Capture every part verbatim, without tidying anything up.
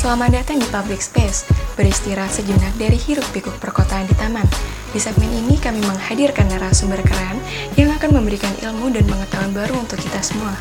Selamat datang di Public Space, beristirahat sejenak dari hiruk-pikuk perkotaan di taman. Di segmen ini kami menghadirkan narasumber keren yang akan memberikan ilmu dan pengetahuan baru untuk kita semua.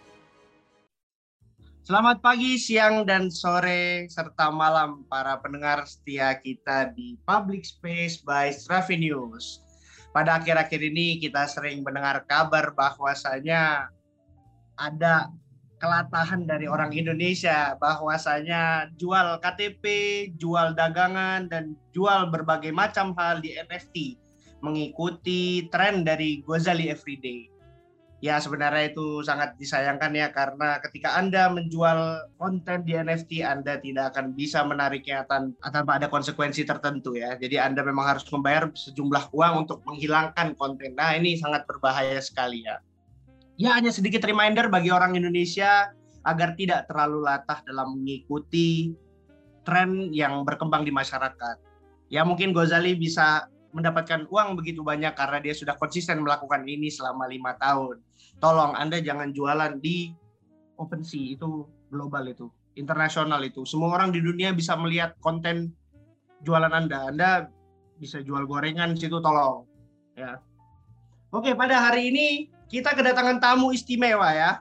Selamat pagi, siang, dan sore, serta malam para pendengar setia kita di Public Space by Stravi News. Pada akhir-akhir ini kita sering mendengar kabar bahwasanya ada kelatahan dari orang Indonesia, bahwasanya jual K T P, jual dagangan, dan jual berbagai macam hal di N F T mengikuti tren dari Gozali Everyday. Ya, sebenarnya itu sangat disayangkan ya, karena ketika Anda menjual konten di N F T, Anda tidak akan bisa menariknya tanpa ada konsekuensi tertentu ya. Jadi Anda memang harus membayar sejumlah uang untuk menghilangkan konten. Nah, ini sangat berbahaya sekali ya. Ya, hanya sedikit reminder bagi orang Indonesia agar tidak terlalu latah dalam mengikuti tren yang berkembang di masyarakat. Ya, mungkin Gozali bisa mendapatkan uang begitu banyak karena dia sudah konsisten melakukan ini selama lima tahun. Tolong Anda jangan jualan di OpenSea, itu global, itu internasional, itu semua orang di dunia bisa melihat konten jualan Anda. Anda bisa jual gorengan situ, tolong ya. Oke, pada hari ini kita kedatangan tamu istimewa ya,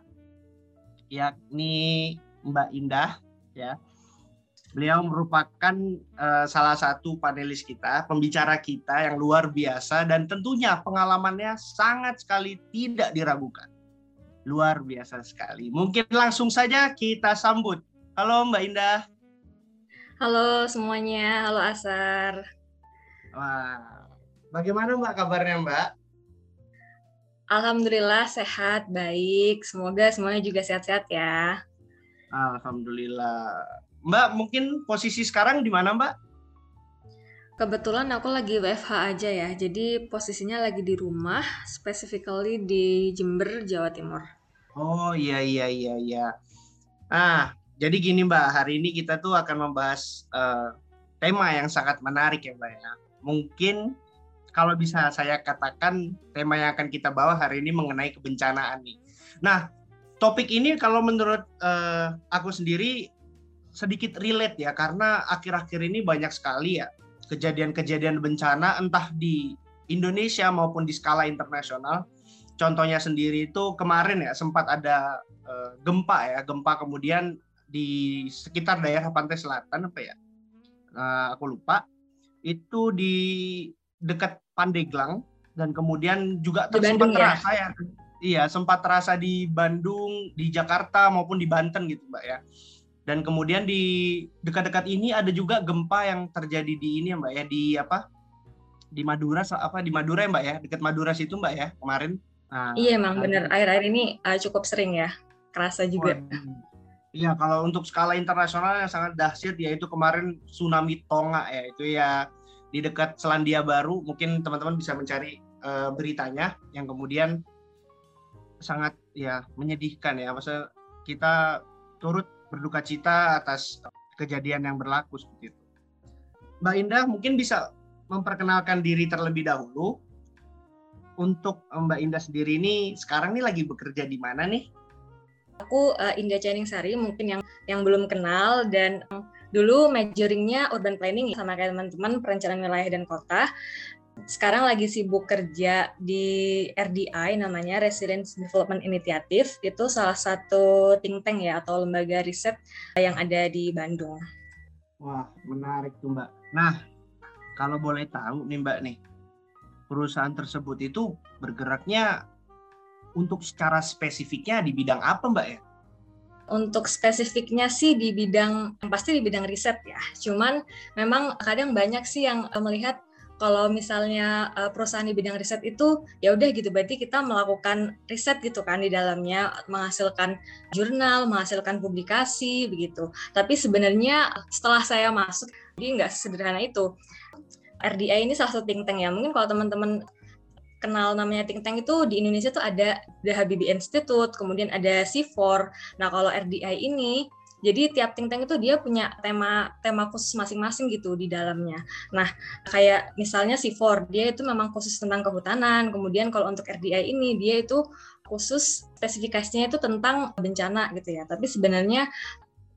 yakni Mbak Indah ya. Beliau merupakan uh, salah satu panelis kita, pembicara kita yang luar biasa, dan tentunya pengalamannya sangat sekali tidak diragukan. Luar biasa sekali. Mungkin langsung saja kita sambut. Halo Mbak Indah. Halo semuanya, halo Asar. Wah, bagaimana Mbak kabarnya Mbak? Alhamdulillah sehat, baik. Semoga semuanya juga sehat-sehat ya. Alhamdulillah. Mbak, mungkin posisi sekarang di mana Mbak? Kebetulan aku lagi W F H aja ya, jadi posisinya lagi di rumah, specifically di Jember, Jawa Timur. Oh iya iya iya iya. Nah, jadi gini Mbak, hari ini kita tuh akan membahas uh, tema yang sangat menarik ya Mbak ya. Mungkin kalau bisa saya katakan tema yang akan kita bawa hari ini mengenai kebencanaan nih. Nah, topik ini kalau menurut uh, aku sendiri sedikit relate ya, karena akhir-akhir ini banyak sekali ya kejadian-kejadian bencana entah di Indonesia maupun di skala internasional. Contohnya sendiri itu kemarin ya sempat ada uh, gempa ya, gempa kemudian di sekitar daerah pantai selatan apa ya, uh, aku lupa, itu di dekat Pandeglang, dan kemudian juga Di sempat Bandung, terasa ya? ya, iya sempat terasa di Bandung, di Jakarta maupun di Banten gitu Mbak ya. Dan kemudian di dekat-dekat ini ada juga gempa yang terjadi di ini ya Mbak ya, di apa? Di Madura apa di Madura ya Mbak ya, dekat Madura situ Mbak ya kemarin. Nah, iya emang nah, benar, akhir-akhir ini uh, cukup sering ya, kerasa juga. Oh, iya, kalau untuk skala internasional yang sangat dahsyat yaitu kemarin tsunami Tonga ya, itu ya di dekat Selandia Baru. Mungkin teman-teman bisa mencari uh, beritanya, yang kemudian sangat ya menyedihkan ya. Maksudnya kita turut berduka cita atas kejadian yang berlaku seperti itu. Mbak Indah mungkin bisa memperkenalkan diri terlebih dahulu. Untuk Mbak Indah sendiri ini sekarang nih lagi bekerja di mana nih? Aku uh, Indah Caningsari, mungkin yang yang belum kenal, dan dulu majoringnya urban planning sama kayak teman-teman, perencanaan wilayah dan kota. Sekarang lagi sibuk kerja di R D I, namanya Resilience Development Initiative. Itu salah satu think tank ya, atau lembaga riset yang ada di Bandung. Wah, menarik tuh Mbak. Nah, kalau boleh tahu nih Mbak nih, perusahaan tersebut itu bergeraknya untuk secara spesifiknya di bidang apa Mbak ya? Untuk spesifiknya sih di bidang, pasti di bidang riset ya. Cuman memang kadang banyak sih yang melihat kalau misalnya uh, perusahaan di bidang riset itu ya udah gitu, berarti kita melakukan riset gitu kan di dalamnya, menghasilkan jurnal, menghasilkan publikasi begitu. Tapi sebenarnya setelah saya masuk, jadi nggak sesederhana itu. R D I ini salah satu think tank ya. Mungkin kalau teman-teman kenal namanya think tank itu di Indonesia tuh ada The Habibie Institute, kemudian ada C four. Nah kalau R D I ini, jadi tiap think tank itu dia punya tema tema khusus masing-masing gitu di dalamnya. Nah, kayak misalnya C four, dia itu memang khusus tentang kehutanan. Kemudian kalau untuk R D I ini, dia itu khusus spesifikasinya itu tentang bencana gitu ya. Tapi sebenarnya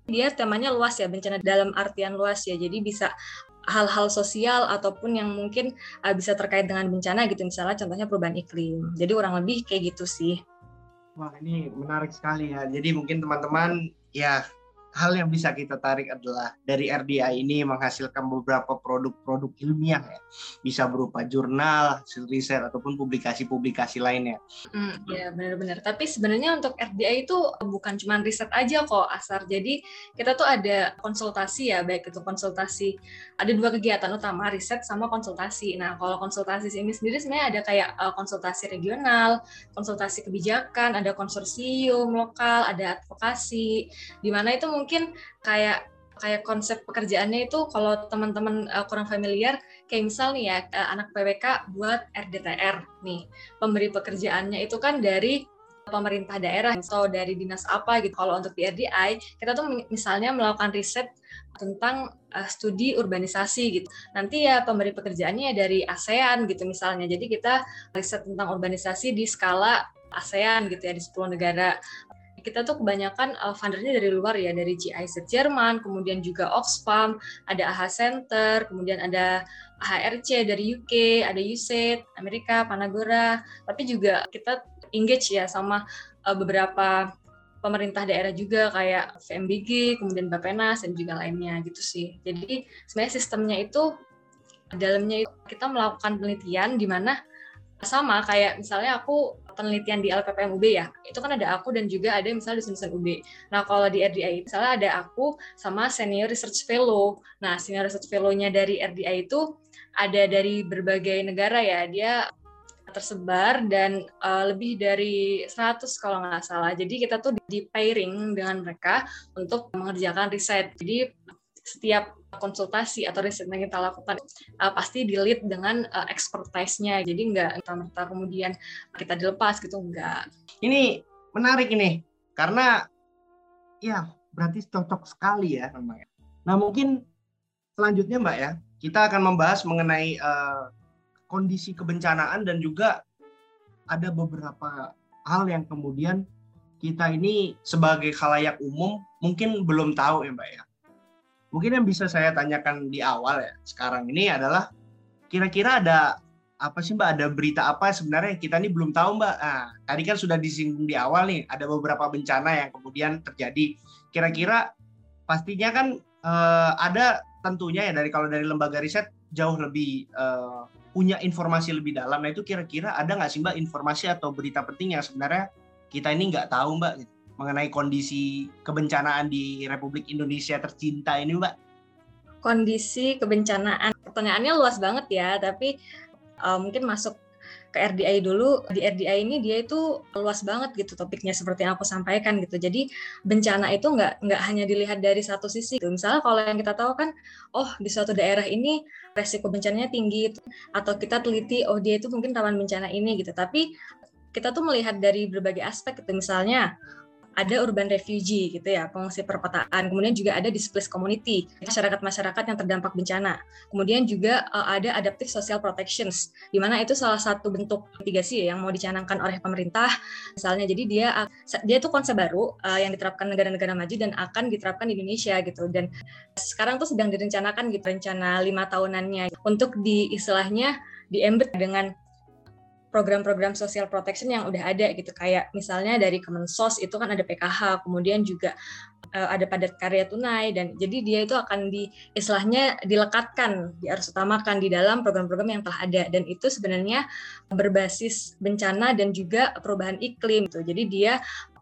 Dia temanya luas ya, bencana dalam artian luas ya. Jadi bisa hal-hal sosial ataupun yang mungkin uh, bisa terkait dengan bencana gitu. Misalnya contohnya perubahan iklim. Jadi kurang lebih kayak gitu sih. Wah, ini menarik sekali ya. Jadi mungkin teman-teman, ya hal yang bisa kita tarik adalah dari R D I ini menghasilkan beberapa produk-produk ilmiah ya. Bisa berupa jurnal, hasil riset, ataupun publikasi-publikasi lainnya. Hmm, ya benar-benar. Tapi sebenarnya untuk R D I itu bukan cuma riset aja kok, Asar. Jadi kita tuh ada konsultasi ya, baik itu konsultasi. Ada dua kegiatan utama, riset sama konsultasi. Nah, kalau konsultasi ini sendiri sebenarnya ada kayak uh, konsultasi regional, konsultasi kebijakan, ada konsorsium lokal, ada advokasi. Di mana itu mungkin kayak kayak konsep pekerjaannya itu kalau teman-teman uh, kurang familiar, kayak misal nih ya uh, anak P W K buat R D T R nih, pemberi pekerjaannya itu kan dari pemerintah daerah atau dari dinas apa gitu. Kalau untuk di R D I kita tuh misalnya melakukan riset tentang uh, studi urbanisasi gitu. Nanti ya pemberi pekerjaannya dari ASEAN gitu misalnya. Jadi kita riset tentang urbanisasi di skala ASEAN gitu ya, di sepuluh negara. Kita tuh kebanyakan uh, fundernya dari luar ya, dari G I Z Jerman, kemudian juga Oxfam, ada A H Center, kemudian ada A H R C dari U K, ada U S A I D, Amerika, Panagora, tapi juga kita engage ya sama uh, beberapa pemerintah daerah juga kayak V M B G, kemudian Bappenas, dan juga lainnya gitu sih. Jadi sebenarnya sistemnya itu, dalamnya itu kita melakukan penelitian di mana sama kayak misalnya aku penelitian di L P P M U B ya, itu kan ada aku dan juga ada misalnya dosen-dosen U B. Nah kalau di R D I misalnya ada aku sama senior research fellow. Nah senior research fellow-nya dari R D I itu ada dari berbagai negara ya, dia tersebar dan uh, lebih dari seratus kalau nggak salah. Jadi kita tuh di pairing dengan mereka untuk mengerjakan riset. Jadi setiap konsultasi atau riset yang kita lakukan uh, pasti di-lead dengan uh, expertise-nya. Jadi nggak entah-entah kemudian kita dilepas gitu, nggak. Ini menarik ini, karena ya berarti cocok sekali ya namanya. Nah mungkin selanjutnya Mbak ya, kita akan membahas mengenai uh, kondisi kebencanaan dan juga ada beberapa hal yang kemudian kita ini sebagai khalayak umum mungkin belum tahu ya Mbak ya. Mungkin yang bisa saya tanyakan di awal ya sekarang ini adalah kira-kira ada apa sih Mbak, ada berita apa sebenarnya kita ini belum tahu Mbak. Nah, tadi kan sudah disinggung di awal nih, ada beberapa bencana yang kemudian terjadi. Kira-kira pastinya kan eh, ada tentunya ya dari kalau dari lembaga riset jauh lebih eh, punya informasi lebih dalam. Nah itu kira-kira ada nggak sih Mbak informasi atau berita penting yang sebenarnya kita ini nggak tahu Mbak gitu, mengenai kondisi kebencanaan di Republik Indonesia tercinta ini Mbak? Kondisi kebencanaan, pertanyaannya luas banget ya, tapi uh, mungkin masuk ke R D I dulu. Di R D I ini dia itu luas banget gitu topiknya seperti yang aku sampaikan gitu. Jadi bencana itu nggak nggak hanya dilihat dari satu sisi. Misalnya kalau yang kita tahu kan, oh di suatu daerah ini resiko bencananya tinggi, atau kita teliti oh dia itu mungkin rawan bencana ini gitu. Tapi kita tuh melihat dari berbagai aspek gitu. Misalnya ada urban refugee gitu ya, pengungsi perkotaan. Kemudian juga ada displaced community, masyarakat-masyarakat yang terdampak bencana. Kemudian juga uh, ada adaptive social protections, di mana itu salah satu bentuk mitigasi ya, yang mau dicanangkan oleh pemerintah. Misalnya, jadi dia dia itu konsep baru uh, yang diterapkan negara-negara maju dan akan diterapkan di Indonesia gitu. Dan sekarang tuh sedang direncanakan gitu, rencana lima tahunannya untuk di istilahnya di-embed dengan program-program social protection yang udah ada gitu, kayak misalnya dari Kemensos itu kan ada P K H, kemudian juga uh, ada padat karya tunai, dan jadi dia itu akan di istilahnya dilekatkan, diharus utamakan di dalam program-program yang telah ada, dan itu sebenarnya berbasis bencana dan juga perubahan iklim gitu. Jadi dia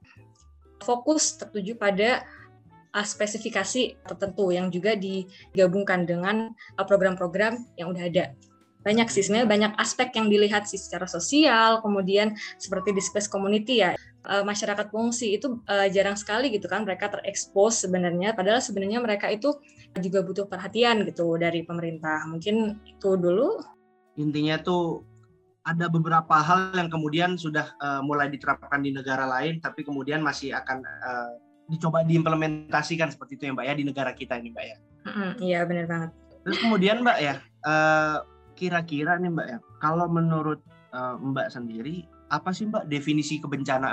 fokus tertuju pada uh, spesifikasi tertentu yang juga digabungkan dengan uh, program-program yang udah ada. Banyak sih, sebenarnya banyak aspek yang dilihat sih secara sosial, kemudian seperti displaced community ya, e, masyarakat pengungsi itu e, jarang sekali gitu kan mereka terekspos sebenarnya, padahal sebenarnya mereka itu juga butuh perhatian gitu dari pemerintah. Mungkin itu dulu. Intinya tuh ada beberapa hal yang kemudian sudah e, mulai diterapkan di negara lain, tapi kemudian masih akan e, dicoba diimplementasikan seperti itu ya Mbak ya di negara kita ini Mbak ya. Mm-hmm, iya benar banget. Terus kemudian Mbak ya, e, kira-kira nih Mbak ya, kalau menurut uh, Mbak sendiri, apa sih Mbak definisi kebencanaan Mbak?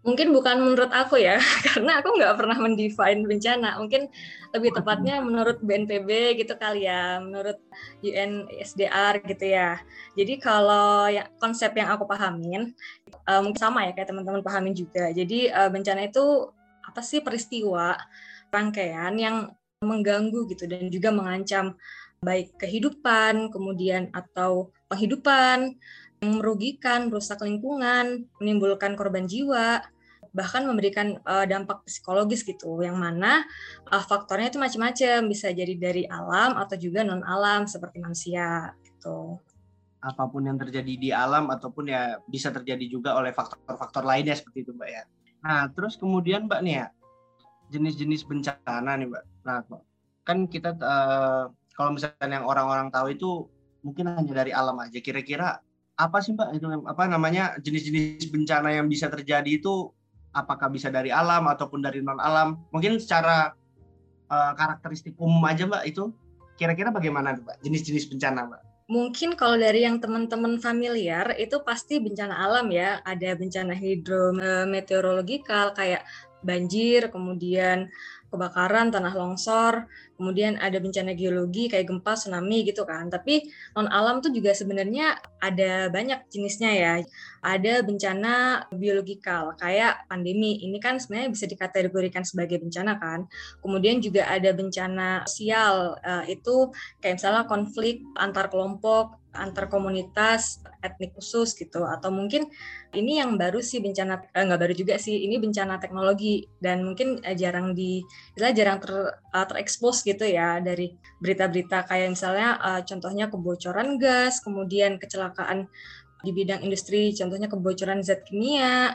Mungkin bukan menurut aku ya, karena aku nggak pernah mendefine bencana. Mungkin lebih tepatnya menurut B N P B gitu kali ya, menurut U N S D R gitu ya. Jadi kalau ya, konsep yang aku pahamin, uh, mungkin sama ya kayak teman-teman pahamin juga. Jadi uh, bencana itu apa sih peristiwa, rangkaian yang mengganggu gitu dan juga mengancam baik kehidupan, kemudian atau penghidupan, yang merugikan, merusak lingkungan, menimbulkan korban jiwa, bahkan memberikan uh, dampak psikologis gitu, yang mana uh, faktornya itu macam-macam, bisa jadi dari alam atau juga non alam seperti manusia gitu. Apapun yang terjadi di alam ataupun ya bisa terjadi juga oleh faktor-faktor lainnya seperti itu Mbak ya. Nah terus kemudian Mbak nih ya, jenis-jenis bencana nih Mbak. Nah kan kita uh, kalau misalnya yang orang-orang tahu itu mungkin hanya dari alam aja. Kira-kira apa sih Mbak itu apa namanya jenis-jenis bencana yang bisa terjadi itu, apakah bisa dari alam ataupun dari non alam? Mungkin secara uh, karakteristik umum aja Mbak, itu kira-kira bagaimana Mbak jenis-jenis bencana Mbak? Mungkin kalau dari yang teman-teman familiar itu pasti bencana alam ya, ada bencana hidrometeorologikal kayak banjir, kemudian kebakaran, tanah longsor, kemudian ada bencana geologi kayak gempa, tsunami gitu kan. Tapi non alam tuh juga sebenarnya ada banyak jenisnya ya. Ada bencana biologikal kayak pandemi. Ini kan sebenarnya bisa dikategorikan sebagai bencana kan. Kemudian juga ada bencana sosial, uh, itu kayak misalnya konflik antar kelompok, antar komunitas, etnik khusus gitu. Atau mungkin ini yang baru sih bencana, eh, nggak baru juga sih, ini bencana teknologi dan mungkin eh, jarang di, jarang ter, uh, terekspos gitu ya dari berita-berita kayak misalnya uh, contohnya kebocoran gas, kemudian kecelakaan di bidang industri, contohnya kebocoran zat kimia,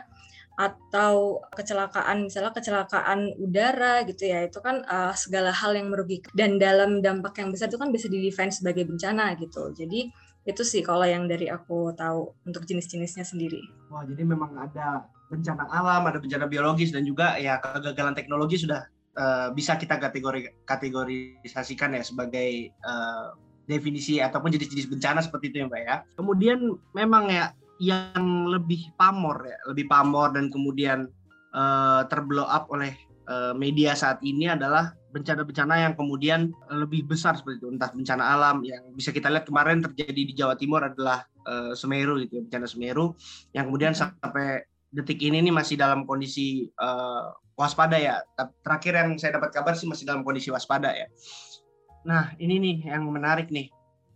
atau kecelakaan misalnya kecelakaan udara gitu ya, itu kan uh, segala hal yang merugikan dan dalam dampak yang besar itu kan bisa didefine sebagai bencana gitu. Jadi itu sih kalau yang dari aku tahu untuk jenis-jenisnya sendiri. Wah, jadi memang ada bencana alam, ada bencana biologis dan juga ya kegagalan teknologi sudah uh, bisa kita kategori kategorisasikan ya sebagai uh, definisi ataupun jenis-jenis bencana seperti itu ya Mbak ya. Kemudian memang ya yang lebih pamor ya, lebih pamor dan kemudian uh, terblow up oleh uh, media saat ini adalah bencana-bencana yang kemudian lebih besar seperti itu, entah bencana alam yang bisa kita lihat kemarin terjadi di Jawa Timur adalah uh, Semeru gitu ya, bencana Semeru yang kemudian hmm. sampai detik ini nih masih dalam kondisi uh, waspada ya. Terakhir yang saya dapat kabar sih masih dalam kondisi waspada ya. Nah, ini nih yang menarik nih.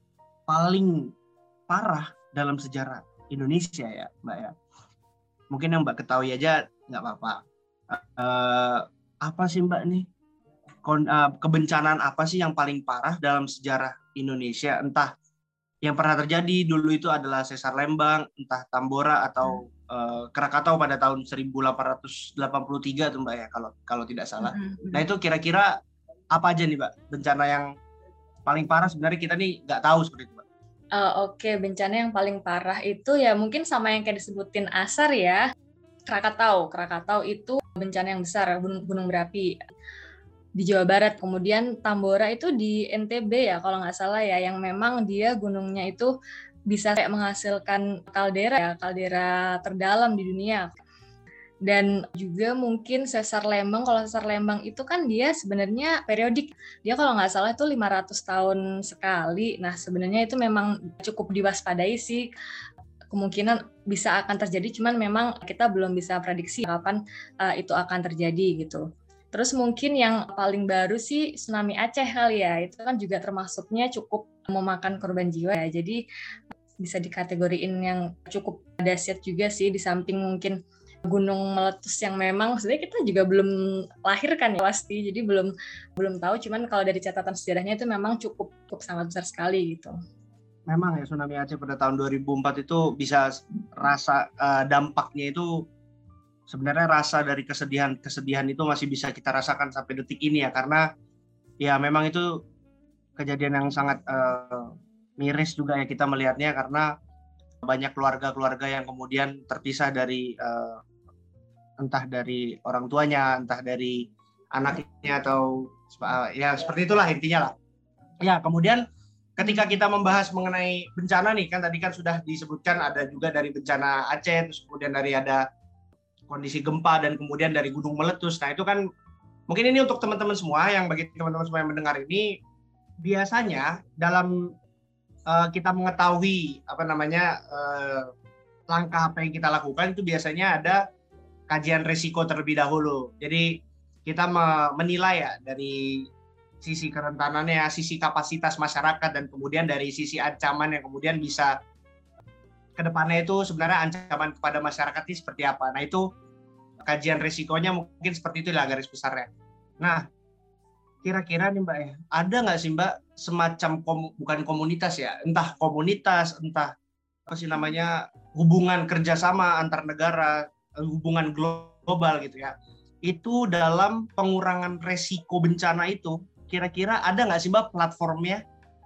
Paling parah dalam sejarah Indonesia ya, Mbak ya. Mungkin yang Mbak ketahui aja nggak apa-apa. Uh, apa sih Mbak nih? Kon, uh, kebencanaan apa sih yang paling parah dalam sejarah Indonesia? Entah yang pernah terjadi dulu itu adalah Sesar Lembang, entah Tambora atau uh, Krakatau pada tahun seribu delapan ratus delapan puluh tiga tuh Mbak ya, kalau kalau tidak salah. Mm-hmm. Nah itu kira-kira apa aja nih Mbak bencana yang paling parah sebenarnya kita nih nggak tahu seperti itu Mbak. Uh, Oke, okay. Bencana yang paling parah itu ya mungkin sama yang kayak disebutin Asar ya. Krakatau, Krakatau itu bencana yang besar, gunung, gunung berapi di Jawa Barat. Kemudian Tambora itu di N T B ya kalau nggak salah ya, yang memang dia gunungnya itu bisa kayak menghasilkan kaldera ya, kaldera terdalam di dunia. Dan juga mungkin Sesar Lembang, kalau Sesar Lembang itu kan dia sebenarnya periodik. Dia kalau nggak salah itu lima ratus tahun sekali. Nah sebenarnya itu memang cukup diwaspadai sih. Kemungkinan bisa akan terjadi, cuman memang kita belum bisa prediksi kapan uh, itu akan terjadi gitu. Terus mungkin yang paling baru sih tsunami Aceh kali ya. Itu kan juga termasuknya cukup memakan korban jiwa ya. Jadi bisa dikategoriin yang cukup dahsyat juga sih, di samping mungkin gunung meletus yang memang sebenarnya kita juga belum lahir kan ya pasti, jadi belum belum tahu, cuman kalau dari catatan sejarahnya itu memang cukup cukup sangat besar sekali gitu. Memang ya tsunami Aceh pada tahun dua ribu empat itu bisa rasa uh, dampaknya itu sebenarnya rasa dari kesedihan kesedihan itu masih bisa kita rasakan sampai detik ini ya, karena ya memang itu kejadian yang sangat uh, miris juga ya kita melihatnya, karena banyak keluarga-keluarga yang kemudian terpisah dari uh, entah dari orang tuanya, entah dari anaknya atau ya seperti itulah intinya lah. Ya, kemudian ketika kita membahas mengenai bencana nih, kan tadi kan sudah disebutkan ada juga dari bencana Aceh, terus kemudian dari ada kondisi gempa dan kemudian dari gunung meletus. Nah itu kan mungkin ini untuk teman-teman semua, yang bagi teman-teman semua yang mendengar ini, biasanya dalam uh, kita mengetahui apa namanya uh, langkah apa yang kita lakukan itu biasanya ada kajian risiko terlebih dahulu. Jadi kita menilai ya dari sisi kerentanannya, sisi kapasitas masyarakat, dan kemudian dari sisi ancaman yang kemudian bisa kedepannya itu sebenarnya ancaman kepada masyarakat ini seperti apa. Nah itu kajian risikonya mungkin seperti itulah garis besarnya. Nah kira-kira nih Mbak ya, ada nggak sih Mbak semacam kom, bukan komunitas ya, entah komunitas, entah apa sih namanya, hubungan kerjasama antar negara, hubungan global gitu ya, itu dalam pengurangan resiko bencana itu, kira-kira ada nggak sih Mbak platformnya?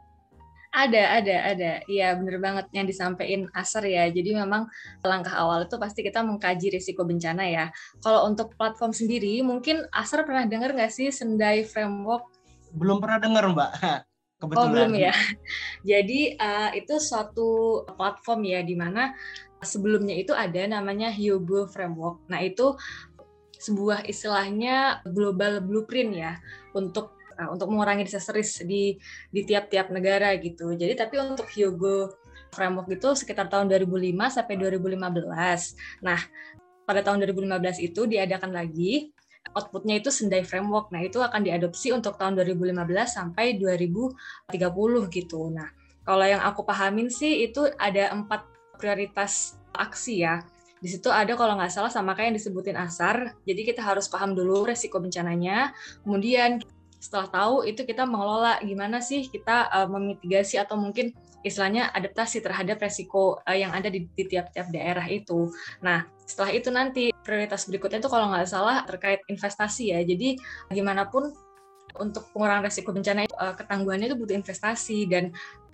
Ada, ada, ada. Iya, bener banget yang disampaikan Asar ya. Jadi memang langkah awal itu pasti kita mengkaji risiko bencana ya. Kalau untuk platform sendiri, mungkin Asar pernah dengar nggak sih Sendai Framework? Belum pernah dengar Mbak. Kebetulan. Oh, belum ya. Jadi uh, itu suatu platform ya, di mana sebelumnya itu ada namanya Hyogo Framework. Nah, itu sebuah istilahnya global blueprint ya untuk uh, untuk mengurangi disaster risk di di tiap-tiap negara gitu. Jadi tapi untuk Hyogo Framework itu sekitar tahun dua ribu lima sampai dua ribu lima belas. Nah, pada tahun dua ribu lima belas itu diadakan lagi outputnya itu Sendai Framework. Nah, itu akan diadopsi untuk tahun dua ribu lima belas sampai dua ribu tiga puluh gitu. Nah, kalau yang aku pahamin sih itu ada empat prioritas aksi ya. Di situ ada kalau nggak salah sama kayak yang disebutin Asar. Jadi kita harus paham dulu resiko bencananya. Kemudian setelah tahu itu kita mengelola gimana sih kita uh, memitigasi atau mungkin istilahnya adaptasi terhadap resiko uh, yang ada di, di tiap-tiap daerah itu. Nah, setelah itu nanti prioritas berikutnya itu kalau nggak salah terkait investasi ya. Jadi gimana pun untuk pengurangan resiko bencana itu, uh, ketangguhannya itu butuh investasi dan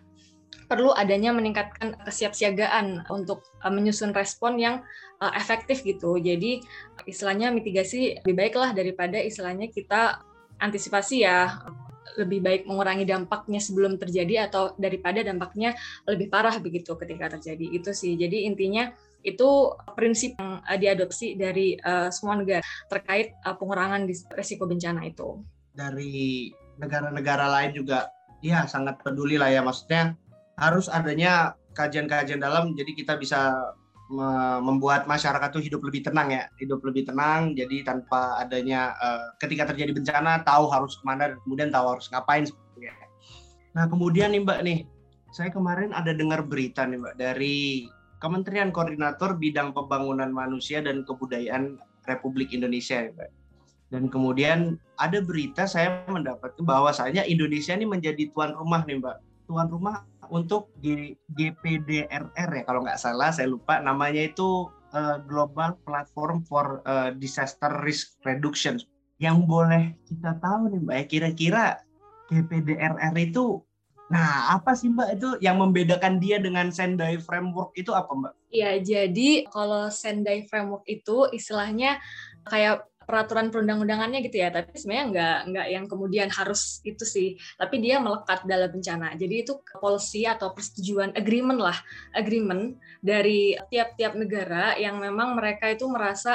perlu adanya meningkatkan kesiapsiagaan untuk uh, menyusun respon yang uh, efektif gitu. Jadi istilahnya mitigasi lebih baiklah daripada istilahnya kita antisipasi ya, lebih baik mengurangi dampaknya sebelum terjadi atau daripada dampaknya lebih parah begitu ketika terjadi. Itu sih. Jadi intinya itu prinsip yang uh, diadopsi dari uh, semua negara terkait uh, pengurangan risiko bencana itu. Dari negara-negara lain juga ya sangat peduli lah ya, maksudnya harus adanya kajian-kajian dalam, jadi kita bisa membuat masyarakat tuh hidup lebih tenang ya, hidup lebih tenang, jadi tanpa adanya uh, ketika terjadi bencana tahu harus kemana dan kemudian tahu harus ngapain sebetulnya. Nah kemudian nih Mbak nih, saya kemarin ada dengar berita nih Mbak dari Kementerian Koordinator Bidang Pembangunan Manusia dan Kebudayaan Republik Indonesia nih Mbak. Dan kemudian ada berita saya mendapatkan bahwasanya Indonesia ini menjadi tuan rumah nih Mbak, tuan rumah untuk G P D R R ya kalau nggak salah, saya lupa namanya itu, uh, Global Platform for uh, Disaster Risk Reduction. Yang boleh kita tahu nih Mbak, kira-kira G P D R R itu, nah apa sih Mbak itu yang membedakan dia dengan Sendai Framework itu apa Mbak? Ya, jadi kalau Sendai Framework itu istilahnya kayak peraturan perundang-undangannya gitu ya, tapi sebenarnya nggak nggak yang kemudian harus itu sih, tapi dia melekat dalam bencana. Jadi itu policy atau persetujuan agreement lah, agreement dari tiap-tiap negara yang memang mereka itu merasa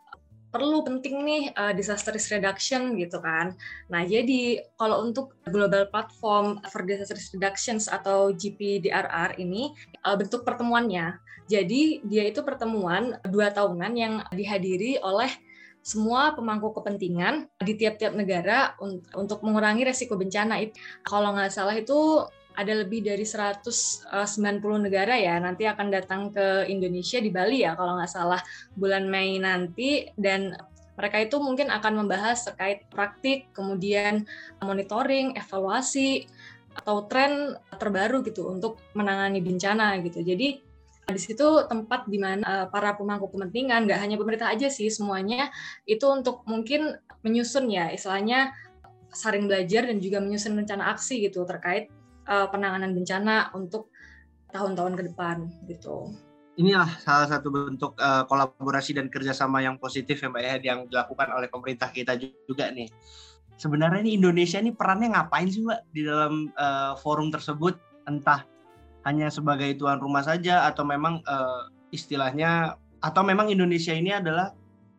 perlu penting nih uh, disaster risk reduction gitu kan. Nah jadi kalau untuk Global Platform for Disaster Risk Reductions atau G P D R R ini uh, bentuk pertemuannya. Jadi dia itu pertemuan dua tahunan yang dihadiri oleh semua pemangku kepentingan di tiap-tiap negara untuk mengurangi resiko bencana. Itu kalau nggak salah itu ada lebih dari seratus sembilan puluh negara ya nanti akan datang ke Indonesia di Bali ya kalau nggak salah bulan Mei nanti, dan mereka itu mungkin akan membahas terkait praktik, kemudian monitoring, evaluasi atau tren terbaru gitu untuk menangani bencana gitu. Jadi di situ tempat di mana para pemangku kepentingan, nggak hanya pemerintah aja sih, semuanya itu untuk mungkin menyusun ya, istilahnya saling belajar dan juga menyusun rencana aksi gitu terkait uh, penanganan bencana untuk tahun-tahun ke depan gitu. Inilah salah satu bentuk uh, kolaborasi dan kerjasama yang positif ya Mbak ya, yang dilakukan oleh pemerintah kita juga nih. Sebenarnya ini Indonesia ini perannya ngapain sih Mbak di dalam uh, forum tersebut? Entah hanya sebagai tuan rumah saja atau memang uh, istilahnya atau memang Indonesia ini adalah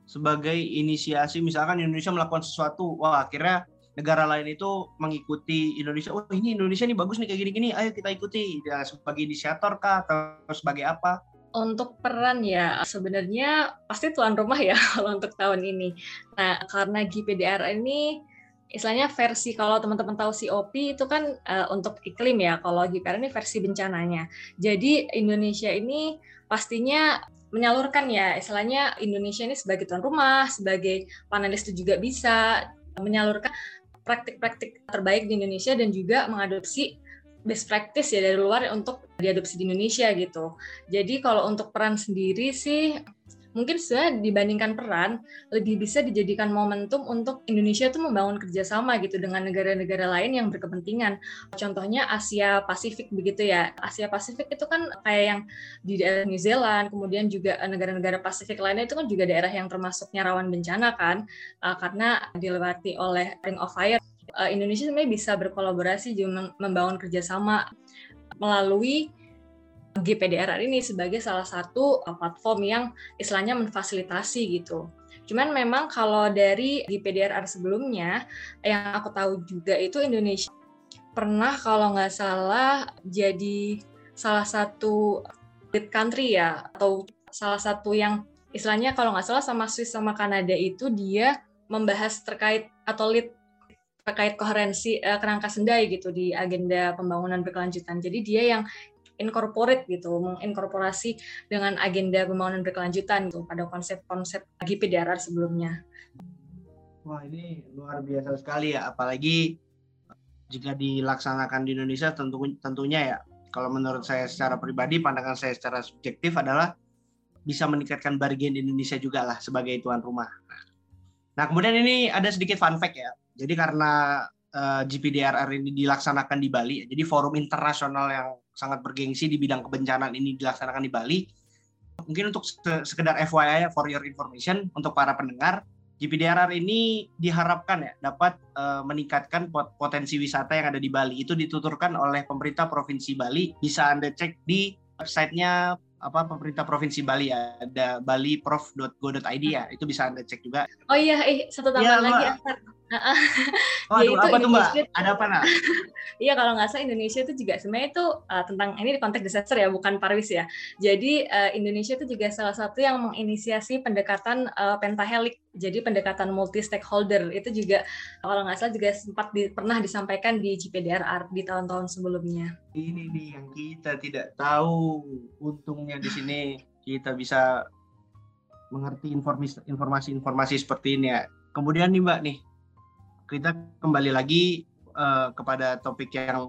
sebagai inisiasi, misalkan Indonesia melakukan sesuatu, wah akhirnya negara lain itu mengikuti Indonesia, oh ini Indonesia nih bagus nih kayak gini-gini, ayo kita ikuti, ya, sebagai inisiator kah atau sebagai apa? Untuk peran ya, sebenarnya pasti tuan rumah ya kalau untuk tahun ini. Nah, karena G P D R ini istilahnya versi, kalau teman-teman tahu C O P itu kan uh, untuk iklim ya, kalau G P D R ini versi bencananya. Jadi Indonesia ini pastinya menyalurkan ya, istilahnya Indonesia ini sebagai tuan rumah, sebagai panelis itu juga bisa menyalurkan praktik-praktik terbaik di Indonesia dan juga mengadopsi best practice ya dari luar untuk diadopsi di Indonesia gitu. Jadi kalau untuk peran sendiri sih mungkin sebenarnya dibandingkan peran lebih bisa dijadikan momentum untuk Indonesia tuh membangun kerjasama gitu dengan negara-negara lain yang berkepentingan. Contohnya Asia Pasifik begitu ya. Asia Pasifik itu kan kayak yang di daerah New Zealand, kemudian juga negara-negara Pasifik lainnya itu kan juga daerah yang termasuknya rawan bencana kan, karena dilewati oleh Ring of Fire. Indonesia sebenarnya bisa berkolaborasi juga membangun kerjasama melalui G P D R R ini sebagai salah satu platform yang istilahnya memfasilitasi gitu. Cuman memang kalau dari G P D R R sebelumnya, yang aku tahu juga itu Indonesia pernah kalau nggak salah jadi salah satu lead country ya, atau salah satu yang istilahnya kalau nggak salah sama Swiss sama Kanada itu dia membahas terkait atau lead terkait koherensi eh, kerangka sendai gitu di agenda pembangunan berkelanjutan. Jadi dia yang incorporate gitu, menginkorporasi dengan agenda pembangunan berkelanjutan gitu pada konsep-konsep G P D R R sebelumnya. Wah ini luar biasa sekali ya, apalagi jika dilaksanakan di Indonesia tentu, tentunya ya, kalau menurut saya secara pribadi, pandangan saya secara subjektif adalah bisa meningkatkan bargain Indonesia juga lah sebagai tuan rumah. Nah kemudian ini ada sedikit fun fact ya, jadi karena uh, G P D R R ini dilaksanakan di Bali, jadi forum internasional yang sangat bergengsi di bidang kebencanaan ini dilaksanakan di Bali. Mungkin untuk sekedar F Y I for your information untuk para pendengar, G P D R R ini diharapkan ya dapat uh, meningkatkan pot- potensi wisata yang ada di Bali. Itu dituturkan oleh pemerintah Provinsi Bali. Bisa Anda cek di websitenya apa pemerintah Provinsi Bali ya, ada bali prof dot go dot i d ya, itu bisa Anda cek juga. Oh iya, eh satu tambahan ya, lagi Asar. Oh, aduh, apa tuh Mbak? Ada apa nak? Iya, kalau nggak salah Indonesia itu juga sebenarnya itu uh, tentang, ini di konteks disaster ya, bukan Parwis ya. Jadi uh, Indonesia itu juga salah satu yang menginisiasi pendekatan uh, pentahelik, jadi pendekatan multi stakeholder. Itu juga kalau nggak salah juga sempat di, pernah disampaikan di G P D R R di tahun-tahun sebelumnya. Ini nih yang kita tidak tahu. Untungnya di sini kita bisa mengerti informasi-informasi seperti ini ya. Kemudian nih Mbak nih, kita kembali lagi uh, kepada topik yang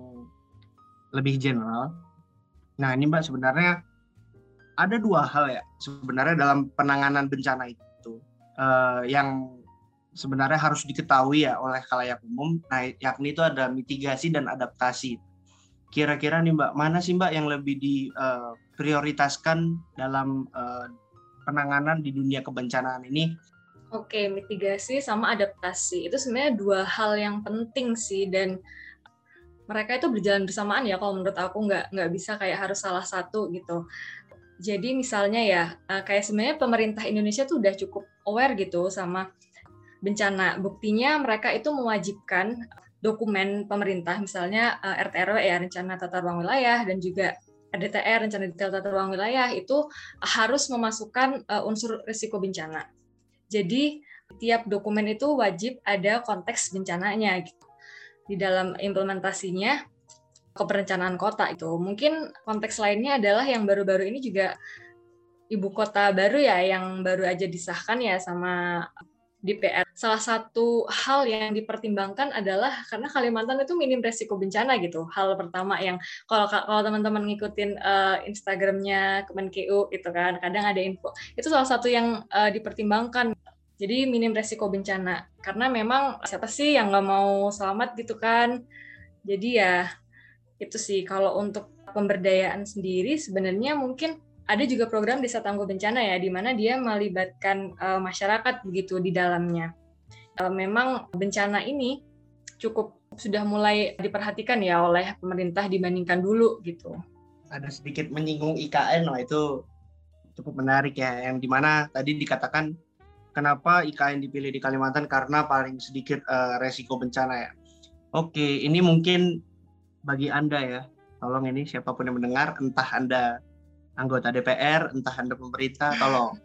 lebih general. Nah ini Mbak, sebenarnya ada dua hal ya sebenarnya dalam penanganan bencana itu uh, yang sebenarnya harus diketahui ya oleh khalayak umum. Nah yakni itu ada mitigasi dan adaptasi. Kira-kira nih Mbak, mana sih Mbak yang lebih diprioritaskan dalam uh, penanganan di dunia kebencanaan ini? Oke, mitigasi sama adaptasi itu sebenarnya dua hal yang penting sih, dan mereka itu berjalan bersamaan ya. Kalau menurut aku nggak nggak bisa kayak harus salah satu gitu. Jadi misalnya ya kayak sebenarnya pemerintah Indonesia tuh udah cukup aware gitu sama bencana. Buktinya mereka itu mewajibkan dokumen pemerintah, misalnya R T R W ya, rencana tata ruang wilayah, dan juga R D T R, rencana detail tata ruang wilayah, itu harus memasukkan unsur risiko bencana. Jadi tiap dokumen itu wajib ada konteks bencananya gitu. Di dalam implementasinya ke perencanaan kota itu. Mungkin konteks lainnya adalah yang baru-baru ini juga ibu kota baru ya, yang baru aja disahkan ya sama D P R. Salah satu hal yang dipertimbangkan adalah karena Kalimantan itu minim resiko bencana gitu. Hal pertama yang kalau kalau teman-teman ngikutin uh, Instagramnya Kemenkeu gitu kan, kadang ada info. Itu salah satu yang uh, dipertimbangkan. Jadi minim resiko bencana. Karena memang siapa sih yang nggak mau selamat gitu kan. Jadi ya itu sih. Kalau untuk pemberdayaan sendiri sebenarnya mungkin ada juga program desa tangguh bencana ya, di mana dia melibatkan uh, masyarakat begitu di dalamnya. Uh, memang bencana ini cukup sudah mulai diperhatikan ya oleh pemerintah dibandingkan dulu gitu. Ada sedikit menyinggung I K N, oh itu cukup menarik ya, yang dimana tadi dikatakan kenapa I K N dipilih di Kalimantan? Karena paling sedikit uh, resiko bencana ya. Oke, ini mungkin bagi Anda ya, tolong ini siapapun yang mendengar, entah Anda anggota D P R, entah Anda pemerintah, tolong.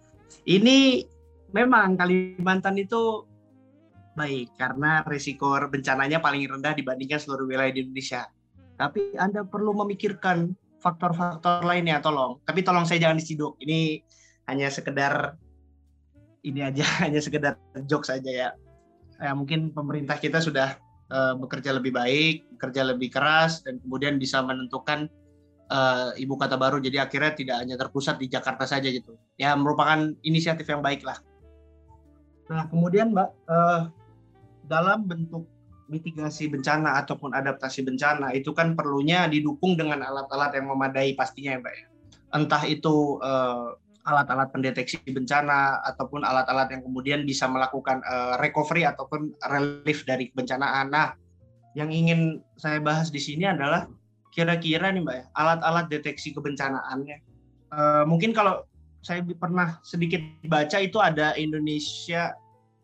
Ini memang Kalimantan itu baik karena risiko bencananya paling rendah dibandingkan seluruh wilayah di Indonesia. Tapi Anda perlu memikirkan faktor-faktor lainnya, tolong. Tapi tolong saya jangan diciduk. Ini hanya sekedar ini aja, hanya sekedar jokes saja ya. Ya mungkin pemerintah kita sudah uh, bekerja lebih baik, bekerja lebih keras, dan kemudian bisa menentukan uh, ibu kota baru. Jadi akhirnya tidak hanya terpusat di Jakarta saja gitu. Ya merupakan inisiatif yang baik lah. Nah kemudian Mbak, uh, dalam bentuk mitigasi bencana ataupun adaptasi bencana itu kan perlunya didukung dengan alat-alat yang memadai pastinya ya Mbak ya. Entah itu uh, alat-alat pendeteksi bencana ataupun alat-alat yang kemudian bisa melakukan uh, recovery ataupun relief dari kebencanaan. Nah, yang ingin saya bahas di sini adalah kira-kira nih Mbak ya, alat-alat deteksi kebencanaannya. Uh, mungkin kalau saya pernah sedikit baca itu ada Indonesia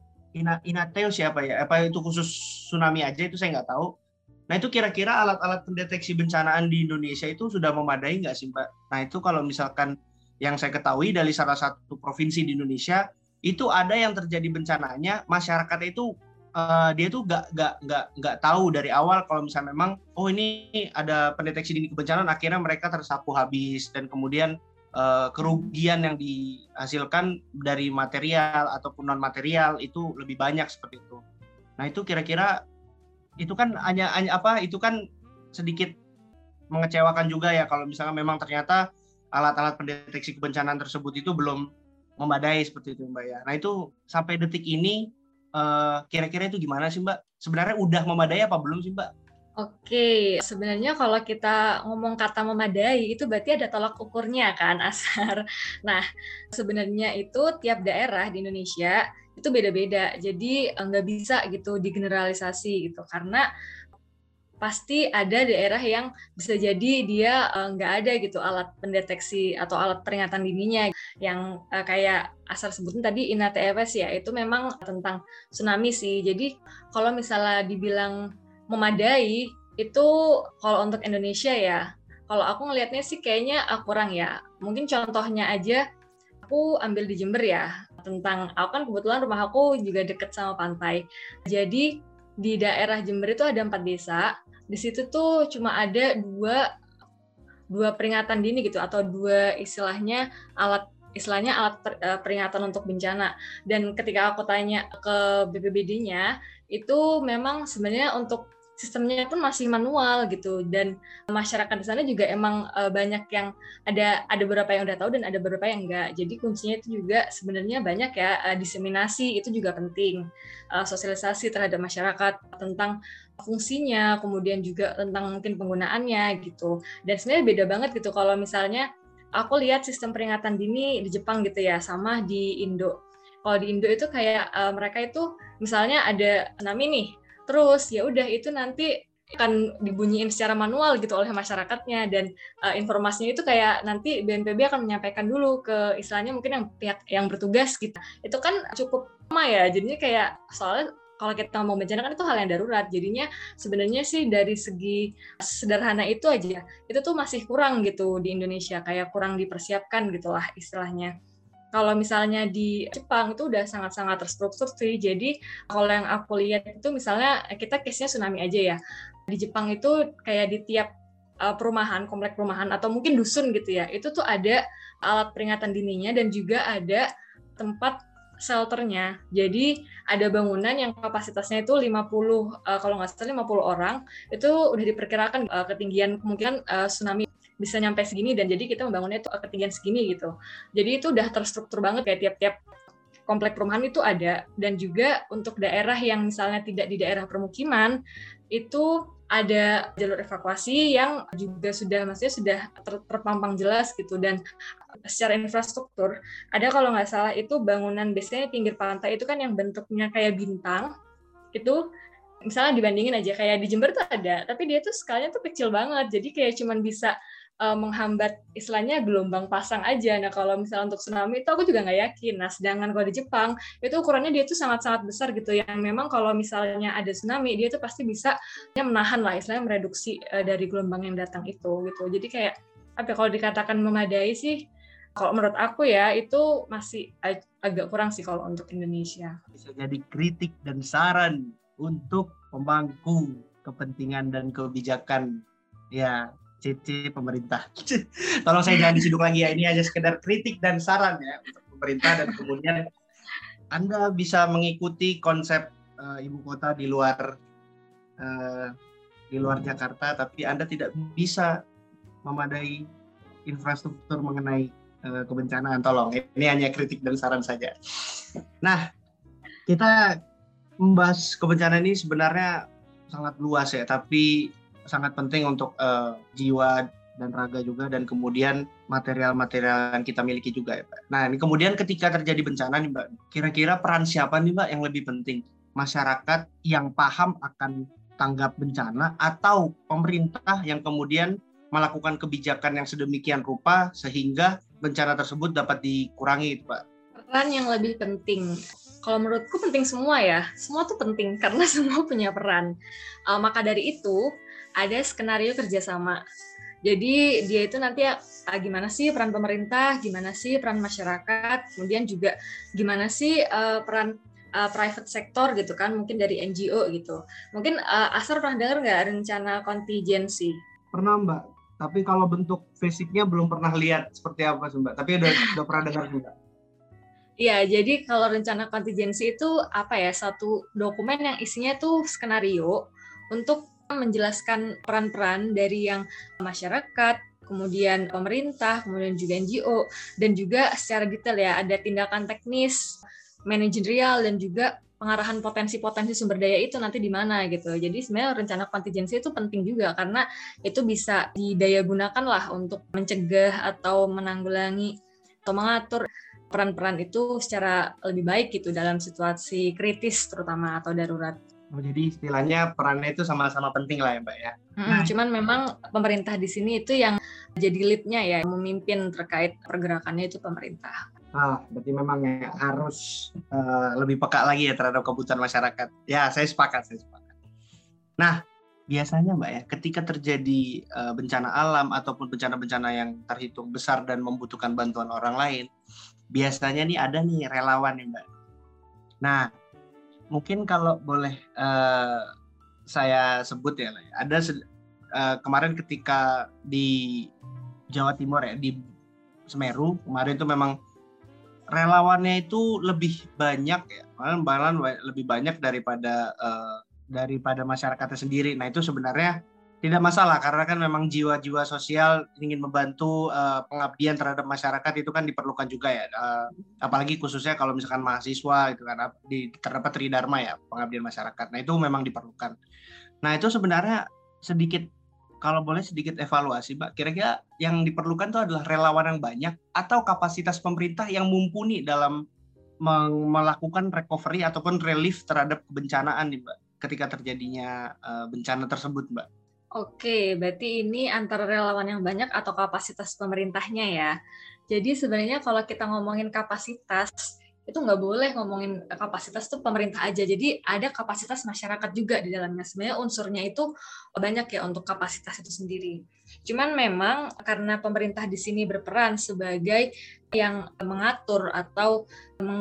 Inateo siapa ya? Apa itu khusus tsunami aja itu saya nggak tahu. Nah itu kira-kira alat-alat pendeteksi bencanaan di Indonesia itu sudah memadai nggak sih Mbak? Nah itu kalau misalkan yang saya ketahui dari salah satu provinsi di Indonesia itu ada yang terjadi bencananya, masyarakat itu uh, dia tuh nggak nggak nggak nggak tahu dari awal kalau misalnya memang oh ini ada pendeteksi dini kebencanaan, akhirnya mereka tersapu habis dan kemudian Uh, kerugian yang dihasilkan dari material ataupun non material itu lebih banyak seperti itu. Nah itu kira-kira itu kan hanya, hanya apa itu kan sedikit mengecewakan juga ya kalau misalnya memang ternyata alat-alat pendeteksi kebencanaan tersebut itu belum memadai seperti itu Mbak ya. Nah itu sampai detik ini uh, kira-kira itu gimana sih Mbak? Sebenarnya udah memadai apa belum sih Mbak? Oke, sebenarnya kalau kita ngomong kata memadai itu berarti ada tolak ukurnya kan, Asar. Nah, sebenarnya itu tiap daerah di Indonesia itu beda-beda, jadi nggak bisa gitu digeneralisasi gitu, karena pasti ada daerah yang bisa jadi dia nggak ada gitu alat pendeteksi atau alat peringatan dininya yang kayak Asar sebutin tadi I N A T E W S ya, itu memang tentang tsunami sih. Jadi kalau misalnya dibilang memadai itu kalau untuk Indonesia ya, kalau aku ngelihatnya sih kayaknya kurang ya. Mungkin contohnya aja aku ambil di Jember ya, tentang aku kan kebetulan rumah aku juga deket sama pantai. Jadi di daerah Jember itu ada empat desa. Di situ tuh cuma ada dua dua peringatan dini gitu atau dua istilahnya alat istilahnya alat peringatan untuk bencana. Dan ketika aku tanya ke B P B D-nya itu memang sebenarnya untuk sistemnya pun masih manual gitu, dan masyarakat di sana juga emang uh, banyak yang ada ada beberapa yang udah tahu dan ada beberapa yang enggak. Jadi kuncinya itu juga sebenarnya banyak ya, uh, diseminasi itu juga penting, uh, sosialisasi terhadap masyarakat tentang fungsinya, kemudian juga tentang mungkin penggunaannya gitu. Dan sebenarnya beda banget gitu kalau misalnya aku lihat sistem peringatan dini di Jepang gitu ya, sama di Indo. Kalau di Indo itu kayak uh, mereka itu misalnya ada tsunami nih, terus ya udah itu nanti akan dibunyiin secara manual gitu oleh masyarakatnya, dan uh, informasinya itu kayak nanti B N P B akan menyampaikan dulu ke istilahnya mungkin yang pihak yang bertugas gitu. Itu kan cukup lama ya, jadinya kayak soalnya kalau kita mau bencana kan itu hal yang darurat, jadinya sebenarnya sih dari segi sederhana itu aja itu tuh masih kurang gitu di Indonesia, kayak kurang dipersiapkan gitulah istilahnya. Kalau misalnya di Jepang itu udah sangat-sangat terstruktur sih. Jadi kalau yang aku lihat itu misalnya kita case-nya tsunami aja ya. Di Jepang itu kayak di tiap perumahan, komplek perumahan atau mungkin dusun gitu ya, itu tuh ada alat peringatan dininya dan juga ada tempat shelternya. Jadi ada bangunan yang kapasitasnya itu lima puluh, kalau nggak salah lima puluh orang, itu udah diperkirakan ketinggian kemungkinan tsunami bisa nyampe segini, dan jadi kita membangunnya itu ketinggian segini gitu. Jadi itu udah terstruktur banget kayak tiap-tiap komplek perumahan itu ada. Dan juga untuk daerah yang misalnya tidak di daerah permukiman itu ada jalur evakuasi yang juga sudah maksudnya sudah ter- terpampang jelas gitu. Dan secara infrastruktur ada kalau nggak salah itu bangunan biasanya pinggir pantai itu kan yang bentuknya kayak bintang itu. Misalnya dibandingin aja kayak di Jember tuh ada, tapi dia tuh skalanya tuh kecil banget. Jadi kayak cuman bisa uh, menghambat istilahnya gelombang pasang aja. Nah kalau misalnya untuk tsunami itu aku juga nggak yakin. Nah sedangkan kalau di Jepang itu ukurannya dia tuh sangat-sangat besar gitu, yang memang kalau misalnya ada tsunami dia tuh pasti bisa ya, menahan lah, istilahnya mereduksi uh, dari gelombang yang datang itu gitu. Jadi kayak apa kalau dikatakan memadai sih, kalau menurut aku ya itu masih ag- agak kurang sih kalau untuk Indonesia. Bisa jadi kritik dan saran untuk pemangku kepentingan dan kebijakan ya C C pemerintah. Tolong saya jangan disiduk lagi ya, ini hanya sekedar kritik dan saran ya untuk pemerintah, dan kemudian Anda bisa mengikuti konsep uh, ibu kota di luar uh, di luar Jakarta, tapi Anda tidak bisa memadai infrastruktur mengenai uh, kebencanaan. Tolong, ini hanya kritik dan saran saja. Nah, kita membahas kebencanaan ini sebenarnya sangat luas ya, tapi sangat penting untuk uh, jiwa dan raga juga, dan kemudian material-material yang kita miliki juga ya Pak. Nah ini kemudian ketika terjadi bencana nih Mbak, kira-kira peran siapa nih Mbak yang lebih penting? Masyarakat yang paham akan tanggap bencana atau pemerintah yang kemudian melakukan kebijakan yang sedemikian rupa sehingga bencana tersebut dapat dikurangi Pak? Peran yang lebih penting. Kalau menurutku penting semua ya, semua tuh penting karena semua punya peran. Uh, maka dari itu ada skenario kerjasama. Jadi dia itu nanti ya, gimana sih peran pemerintah, gimana sih peran masyarakat, kemudian juga gimana sih uh, peran uh, private sector gitu kan, mungkin dari N G O gitu. Mungkin uh, Asar pernah dengar nggak rencana kontingensi? Pernah Mbak, tapi kalau bentuk fisiknya belum pernah lihat seperti apa sih Mbak, tapi udah, udah pernah dengar juga. Iya, jadi kalau rencana kontingensi itu apa ya, satu dokumen yang isinya tuh skenario untuk menjelaskan peran-peran dari yang masyarakat, kemudian pemerintah, kemudian juga N G O, dan juga secara detail ya, ada tindakan teknis, manajerial, dan juga pengarahan potensi-potensi sumber daya itu nanti di mana gitu. Jadi sebenarnya rencana kontingensi itu penting juga karena itu bisa didaya gunakan lah untuk mencegah atau menanggulangi atau mengatur peran-peran itu secara lebih baik gitu dalam situasi kritis terutama atau darurat. Oh, jadi istilahnya perannya itu sama-sama penting lah ya Mbak ya. Hmm, nah, cuman memang pemerintah di sini itu yang jadi lead-nya ya, memimpin terkait pergerakannya itu pemerintah. Ah, berarti memang ya, harus uh, lebih peka lagi ya terhadap kebutuhan masyarakat. Ya, saya sepakat, saya sepakat. Nah, biasanya Mbak ya, ketika terjadi uh, bencana alam ataupun bencana-bencana yang terhitung besar dan membutuhkan bantuan orang lain, biasanya nih ada nih relawan nih Mbak. Nah, mungkin kalau boleh uh, saya sebut ya, ada uh, kemarin ketika di Jawa Timur ya, di Semeru kemarin itu memang relawannya itu lebih banyak ya, malah lebih banyak daripada uh, daripada masyarakatnya sendiri. Nah itu sebenarnya tidak masalah karena kan memang jiwa-jiwa sosial ingin membantu uh, pengabdian terhadap masyarakat itu kan diperlukan juga ya, uh, apalagi khususnya kalau misalkan mahasiswa itu kan di terdapat tridharma ya, pengabdian masyarakat. Nah itu memang diperlukan. Nah itu sebenarnya sedikit kalau boleh sedikit evaluasi Mbak, kira-kira yang diperlukan itu adalah relawan yang banyak atau kapasitas pemerintah yang mumpuni dalam melakukan recovery ataupun relief terhadap kebencanaan nih Mbak ketika terjadinya uh, bencana tersebut Mbak? Oke, berarti ini antara relawan yang banyak atau kapasitas pemerintahnya ya. Jadi sebenarnya kalau kita ngomongin kapasitas, itu nggak boleh ngomongin kapasitas tuh pemerintah aja. Jadi ada kapasitas masyarakat juga di dalamnya. Sebenarnya unsurnya itu banyak ya untuk kapasitas itu sendiri. Cuman memang karena pemerintah di sini berperan sebagai yang mengatur atau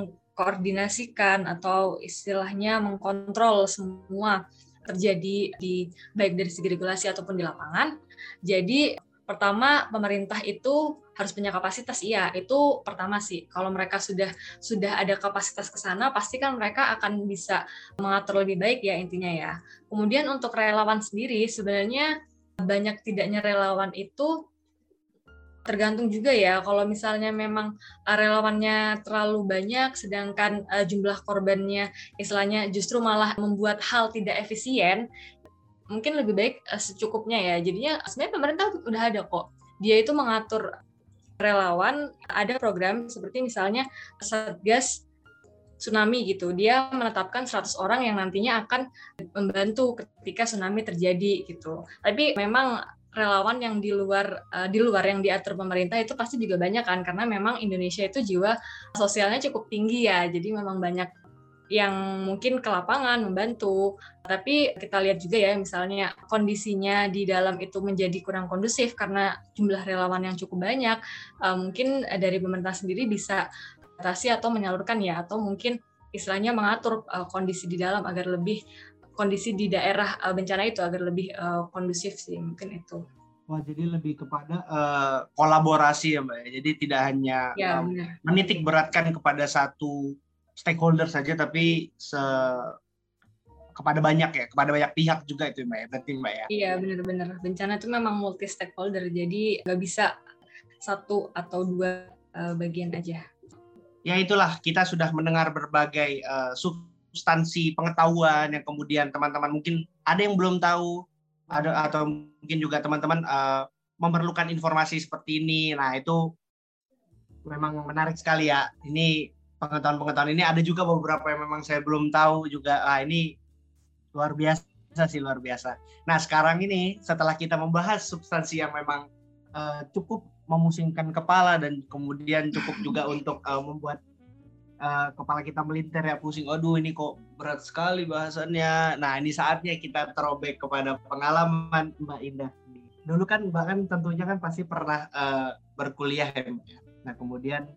mengkoordinasikan atau istilahnya mengkontrol semua terjadi di baik dari segi regulasi ataupun di lapangan. Jadi pertama pemerintah itu harus punya kapasitas, iya itu pertama sih. Kalau mereka sudah sudah ada kapasitas ke sana, pasti kan mereka akan bisa mengatur lebih baik ya intinya ya. Kemudian untuk relawan sendiri sebenarnya banyak tidaknya relawan itu tergantung juga ya. Kalau misalnya memang relawannya terlalu banyak, sedangkan uh, jumlah korbannya istilahnya justru malah membuat hal tidak efisien, mungkin lebih baik uh, secukupnya ya. Jadinya sebenarnya pemerintah udah ada kok. Dia itu mengatur relawan, ada program seperti misalnya Satgas tsunami gitu. Dia menetapkan seratus orang yang nantinya akan membantu ketika tsunami terjadi gitu. Tapi memang relawan yang di luar uh, di luar yang diatur pemerintah itu pasti juga banyak kan, karena memang Indonesia itu jiwa sosialnya cukup tinggi ya, jadi memang banyak yang mungkin ke lapangan membantu. Tapi kita lihat juga ya, misalnya kondisinya di dalam itu menjadi kurang kondusif karena jumlah relawan yang cukup banyak, uh, mungkin dari pemerintah sendiri bisa batasi atau menyalurkan ya, atau mungkin istilahnya mengatur uh, kondisi di dalam agar lebih kondisi di daerah uh, bencana itu agar lebih uh, kondusif sih, mungkin itu. Wah, jadi lebih kepada uh, kolaborasi ya Mbak. Jadi tidak hanya ya, um, menitik beratkan kepada satu stakeholder saja, tapi se kepada banyak ya, kepada banyak pihak juga itu Mbak ya, berarti Mbak ya. Iya, benar-benar. Bencana itu memang multi stakeholder, jadi nggak bisa satu atau dua uh, bagian aja. Ya itulah, kita sudah mendengar berbagai uh, substansi pengetahuan yang kemudian teman-teman mungkin ada yang belum tahu, ada atau mungkin juga teman-teman uh, memerlukan informasi seperti ini. Nah, itu memang menarik sekali ya. Ini pengetahuan-pengetahuan ini ada juga beberapa yang memang saya belum tahu juga. Ah, ini luar biasa sih, luar biasa. Nah, sekarang ini setelah kita membahas substansi yang memang uh, cukup memusingkan kepala dan kemudian cukup juga untuk uh, membuat uh, kepala kita melintir ya, pusing. Aduh, ini kok berat sekali bahasannya. Nah, ini saatnya kita terobek kepada pengalaman Mbak Indah. Dulu kan Mbak kan tentunya kan pasti pernah uh, berkuliah ya Mbak. Nah, kemudian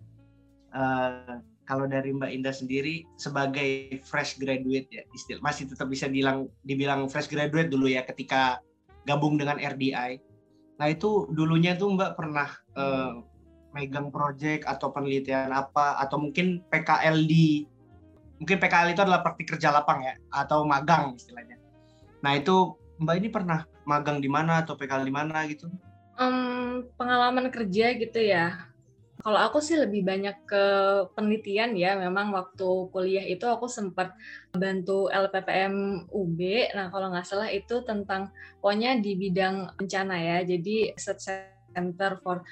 uh, kalau dari Mbak Indah sendiri sebagai fresh graduate ya, istilah masih tetap bisa dibilang dibilang fresh graduate dulu ya ketika gabung dengan R D I. Nah, itu dulunya tuh Mbak pernah uh, megang project atau penelitian apa, atau mungkin P K L di, mungkin P K L itu adalah praktik kerja lapang ya, atau magang istilahnya. Nah, itu Mbak ini pernah magang di mana atau P K L di mana gitu? Um, pengalaman kerja gitu ya. Kalau aku sih lebih banyak ke penelitian ya, memang waktu kuliah itu aku sempat bantu L P P M U B, nah kalau nggak salah itu tentang, pokoknya di bidang bencana ya, jadi Research Center for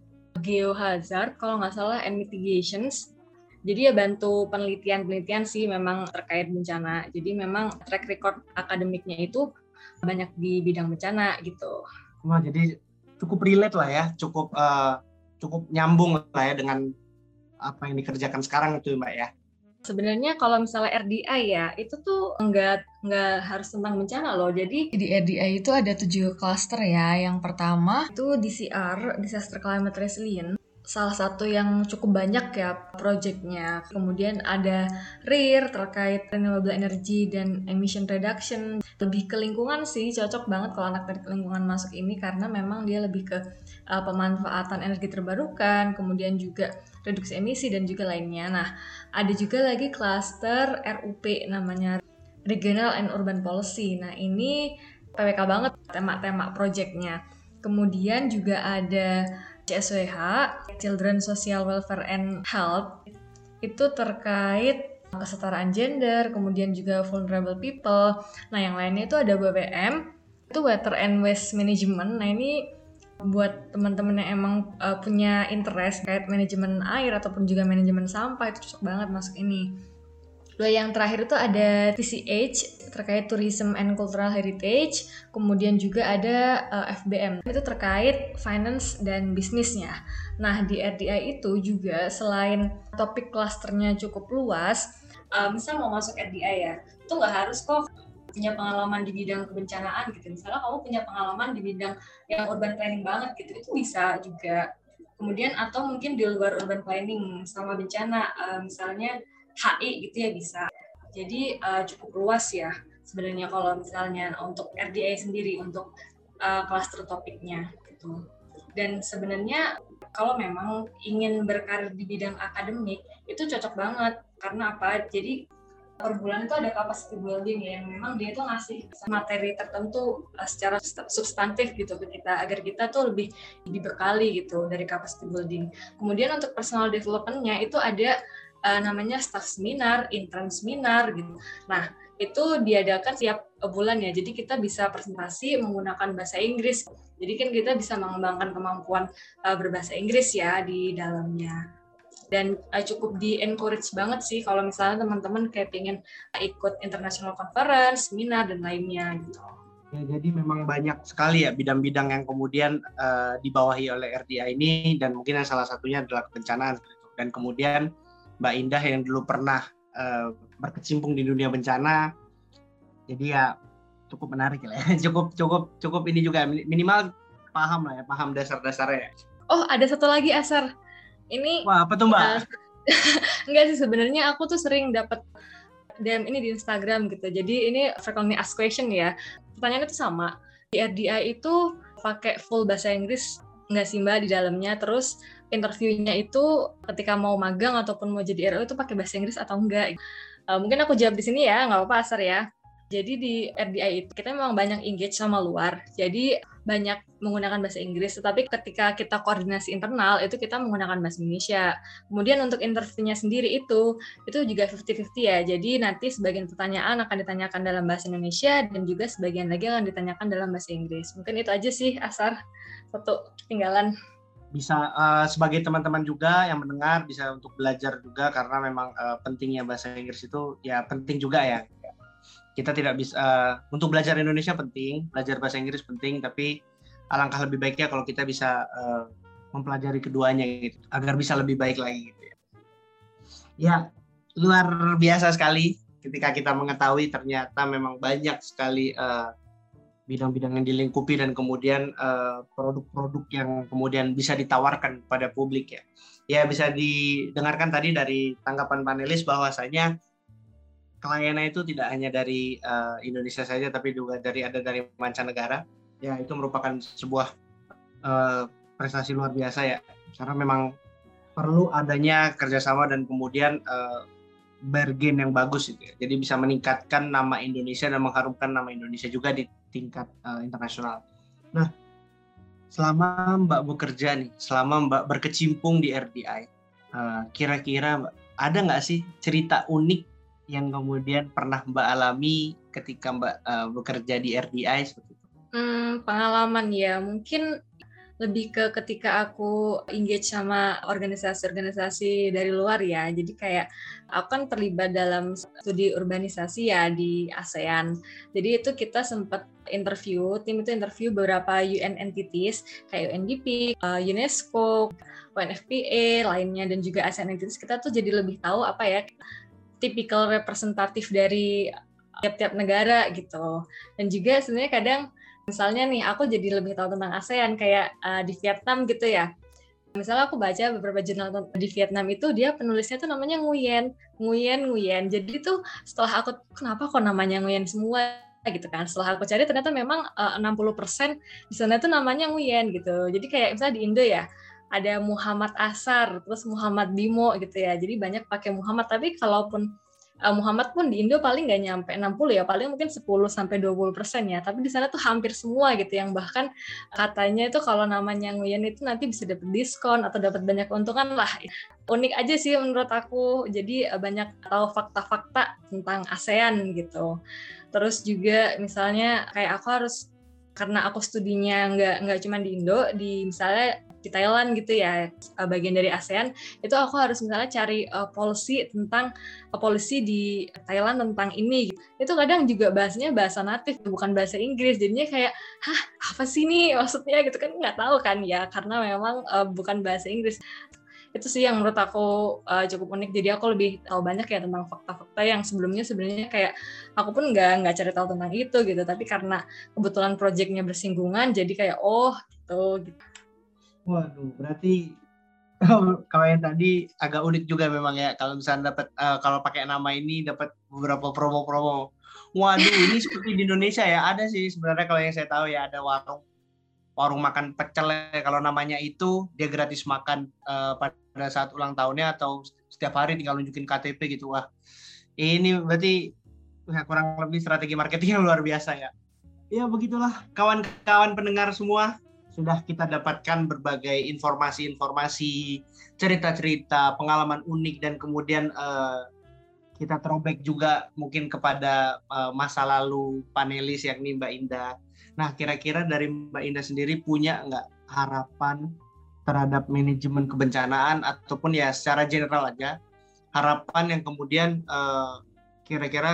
Geohazard, kalau nggak salah, and Mitigations. Jadi ya bantu penelitian-penelitian sih memang terkait bencana, jadi memang track record akademiknya itu banyak di bidang bencana gitu. Wah, jadi cukup relate lah ya, cukup... Uh... cukup nyambung lah ya dengan apa yang dikerjakan sekarang itu Mbak ya. Sebenarnya kalau misalnya R D I ya, itu tuh nggak nggak harus tentang bencana loh. Jadi di R D I itu ada tujuh cluster ya. Yang pertama itu D C R, Disaster Climate Resilience. Salah satu yang cukup banyak ya proyeknya. Kemudian ada R I R terkait renewable energy dan emission reduction. Lebih ke lingkungan sih, cocok banget kalau anak dari lingkungan masuk ini karena memang dia lebih ke uh, pemanfaatan energi terbarukan, kemudian juga reduksi emisi dan juga lainnya. Nah, ada juga lagi cluster R U P namanya Regional and Urban Policy. Nah, ini P W K banget tema-tema proyeknya. Kemudian juga ada C S W H, Children Social Welfare and Health, itu terkait kesetaraan gender, kemudian juga vulnerable people. Nah, yang lainnya itu ada W W M, itu Water and Waste Management. Nah, ini buat teman-teman yang emang uh, punya interest kayak manajemen air ataupun juga manajemen sampah, itu cocok banget masuk ini. Lalu yang terakhir itu ada T C H terkait Tourism and Cultural Heritage, kemudian juga ada uh, F B M itu terkait finance dan bisnisnya. Nah, di R D I itu juga selain topik klasternya cukup luas, uh, misal mau masuk R D I ya, itu nggak harus kok punya pengalaman di bidang kebencanaan gitu. Misalnya kamu punya pengalaman di bidang yang urban planning banget gitu, itu bisa juga. Kemudian atau mungkin di luar urban planning sama bencana, uh, misalnya H I gitu ya bisa. Jadi uh, cukup luas ya sebenarnya kalau misalnya untuk R D I sendiri untuk uh, cluster topiknya gitu. Dan sebenarnya kalau memang ingin berkarir di bidang akademik itu cocok banget karena apa? Jadi per bulan itu ada capacity building ya, yang memang dia itu ngasih materi tertentu uh, secara substantif gitu ke kita agar kita tuh lebih dibekali gitu dari capacity building. Kemudian untuk personal development-nya itu ada Uh, namanya staff seminar, intern seminar gitu. Nah, itu diadakan tiap bulan ya. Jadi kita bisa presentasi menggunakan bahasa Inggris. Jadi kan kita bisa mengembangkan kemampuan uh, berbahasa Inggris ya di dalamnya. Dan uh, cukup di-encourage banget sih kalau misalnya teman-teman kayak pengen uh, ikut international conference, seminar dan lainnya gitu. Ya, jadi memang banyak sekali ya bidang-bidang yang kemudian uh, dibawahi oleh R D I ini, dan mungkin yang salah satunya adalah kebencanaan. Dan kemudian Mbak Indah yang dulu pernah uh, berkecimpung di dunia bencana, jadi ya cukup menarik lah ya. Cukup cukup cukup ini juga minimal paham lah ya, paham dasar-dasarnya. Oh, ada satu lagi Asar. Ini Wah, apa tuh Mbak? Uh, enggak sih, sebenarnya aku tuh sering dapat D M ini di Instagram gitu. Jadi ini frequently asked question ya. Pertanyaannya itu sama. Di R D I itu pakai full bahasa Inggris nggak sih Mbak di dalamnya? Terus interviewnya itu ketika mau magang ataupun mau jadi R O itu pakai bahasa Inggris atau enggak? Uh, mungkin aku jawab di sini ya, nggak apa-apa Asar ya. Jadi di R D I itu kita memang banyak engage sama luar. Jadi banyak menggunakan bahasa Inggris, tetapi ketika kita koordinasi internal itu kita menggunakan bahasa Indonesia. Kemudian untuk interviewnya sendiri itu itu juga fifty fifty ya. Jadi nanti sebagian pertanyaan akan ditanyakan dalam bahasa Indonesia dan juga sebagian lagi akan ditanyakan dalam bahasa Inggris. Mungkin itu aja sih Asar, satu ketinggalan. Bisa uh, sebagai teman-teman juga yang mendengar bisa untuk belajar juga, karena memang uh, pentingnya bahasa Inggris itu ya penting juga ya. Kita tidak bisa uh, untuk belajar Indonesia penting, belajar bahasa Inggris penting, tapi alangkah lebih baiknya kalau kita bisa uh, mempelajari keduanya gitu, agar bisa lebih baik lagi gitu ya. Ya, luar biasa sekali ketika kita mengetahui ternyata memang banyak sekali uh, bidang-bidang yang dilingkupi dan kemudian uh, produk-produk yang kemudian bisa ditawarkan pada publik ya. Ya, bisa didengarkan tadi dari tanggapan panelis bahwasanya kliennya itu tidak hanya dari uh, Indonesia saja, tapi juga dari ada dari mancanegara. Ya, itu merupakan sebuah uh, prestasi luar biasa ya, karena memang perlu adanya kerjasama dan kemudian uh, bargain yang bagus itu ya. Jadi bisa meningkatkan nama Indonesia dan mengharumkan nama Indonesia juga di tingkat uh, internasional. Nah, selama Mbak bekerja nih, selama Mbak berkecimpung di R D I, uh, kira-kira Mbak, ada nggak sih cerita unik yang kemudian pernah Mbak alami ketika Mbak uh, bekerja di R D I seperti itu? Hmm, pengalaman ya, mungkin lebih ke ketika aku engage sama organisasi-organisasi dari luar ya. Jadi kayak aku kan terlibat dalam studi urbanisasi ya di ASEAN. Jadi itu kita sempat interview, tim itu interview beberapa U N entities kayak U N D P, uh, UNESCO, U N F P A, lainnya, dan juga ASEAN entities. Kita tuh jadi lebih tahu apa ya, tipikal representatif dari tiap-tiap negara gitu. Dan juga sebenarnya kadang misalnya nih aku jadi lebih tahu tentang ASEAN kayak uh, di Vietnam gitu ya. Misalnya aku baca beberapa jurnal di Vietnam itu dia penulisnya tuh namanya Nguyen, Nguyen, Nguyen. Jadi tuh setelah aku kenapa kok namanya Nguyen semua gitu kan. Setelah aku cari ternyata memang uh, enam puluh persen di sana tuh namanya Nguyen gitu. Jadi kayak misalnya di Indo ya ada Muhammad Asar, terus Muhammad Bimo gitu ya. Jadi banyak pakai Muhammad, tapi kalaupun uh, Muhammad pun di Indo paling nggak nyampe enam puluh ya, paling mungkin sepuluh sampai dua puluh persen ya. Tapi di sana tuh hampir semua gitu, yang bahkan katanya itu kalau namanya Nguyen itu nanti bisa dapat diskon atau dapat banyak keuntungan lah. Unik aja sih menurut aku. Jadi uh, banyak tahu fakta-fakta tentang ASEAN gitu. Terus juga misalnya kayak aku harus, karena aku studinya nggak nggak cuma di Indo, di misalnya di Thailand gitu ya, bagian dari ASEAN, itu aku harus misalnya cari uh, policy tentang uh, policy di Thailand tentang ini. Itu kadang juga bahasanya bahasa natif, bukan bahasa Inggris. Jadinya kayak, hah apa sih nih maksudnya gitu kan, nggak tahu kan ya, karena memang uh, bukan bahasa Inggris. Itu sih yang menurut aku uh, cukup unik. Jadi aku lebih tahu banyak ya tentang fakta-fakta yang sebelumnya sebenarnya kayak aku pun nggak nggak cari tahu tentang itu gitu. Tapi karena kebetulan proyeknya bersinggungan, jadi kayak oh gitu. gitu. Waduh, berarti kalau yang tadi agak unik juga memang ya. Kalau misalnya dapat uh, kalau pakai nama ini dapat beberapa promo-promo. Waduh, ini seperti di Indonesia ya. Ada sih sebenarnya kalau yang saya tahu ya, ada warung warung makan pecel ya. Kalau namanya itu dia gratis makan uh, pada saat ulang tahunnya atau setiap hari tinggal nunjukin K T P gitu. Wah, ini berarti ya, kurang lebih strategi marketing yang luar biasa ya. Ya begitulah kawan-kawan pendengar semua. Sudah kita dapatkan berbagai informasi-informasi, cerita-cerita, pengalaman unik, dan kemudian uh, kita throwback juga mungkin kepada uh, masa lalu panelis yakni Mbak Indah. Nah, kira-kira dari Mbak Indah sendiri punya nggak harapan terhadap manajemen kebencanaan, ataupun ya secara general aja, harapan yang kemudian uh, kira-kira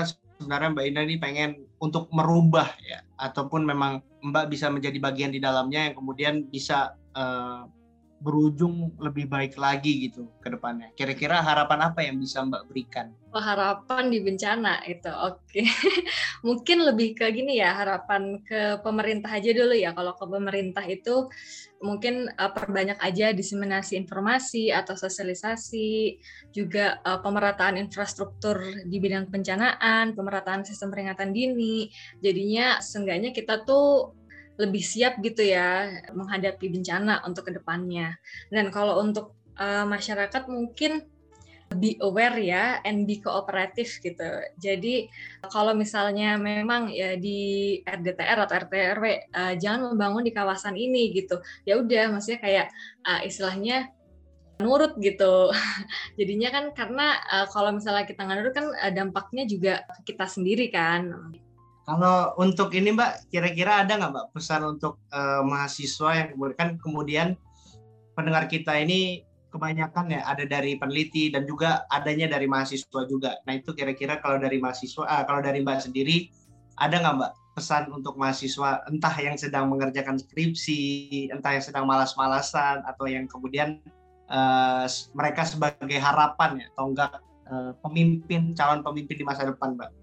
sebenarnya Mbak Indah ini pengen untuk merubah ya, ataupun memang Mbak bisa menjadi bagian di dalamnya yang kemudian bisa uh, berujung lebih baik lagi gitu ke depannya. Kira-kira harapan apa yang bisa Mbak berikan? Oh, harapan di bencana itu, oke. Okay. Mungkin lebih ke gini ya, harapan ke pemerintah aja dulu ya. Kalau ke pemerintah itu mungkin uh, perbanyak aja diseminasi informasi atau sosialisasi, juga uh, pemerataan infrastruktur di bidang kebencanaan, pemerataan sistem peringatan dini. Jadinya seenggaknya kita tuh lebih siap gitu ya menghadapi bencana untuk kedepannya. Dan kalau untuk uh, masyarakat mungkin be aware ya and be kooperatif gitu. Jadi kalau misalnya memang ya di R D T R atau R T R W uh, jangan membangun di kawasan ini gitu. Ya udah, maksudnya kayak uh, istilahnya nurut gitu. Jadinya kan karena uh, kalau misalnya kita nggak nurut kan uh, dampaknya juga ke kita sendiri kan. Kalau untuk ini Mbak, kira-kira ada nggak Mbak pesan untuk uh, mahasiswa yang kemudian, kan kemudian pendengar kita ini kebanyakan ya ada dari peneliti dan juga adanya dari mahasiswa juga. Nah itu kira-kira kalau dari mahasiswa, uh, kalau dari Mbak sendiri, ada nggak Mbak pesan untuk mahasiswa entah yang sedang mengerjakan skripsi, entah yang sedang malas-malasan, atau yang kemudian uh, mereka sebagai harapan ya, atau enggak uh, pemimpin, calon pemimpin di masa depan Mbak?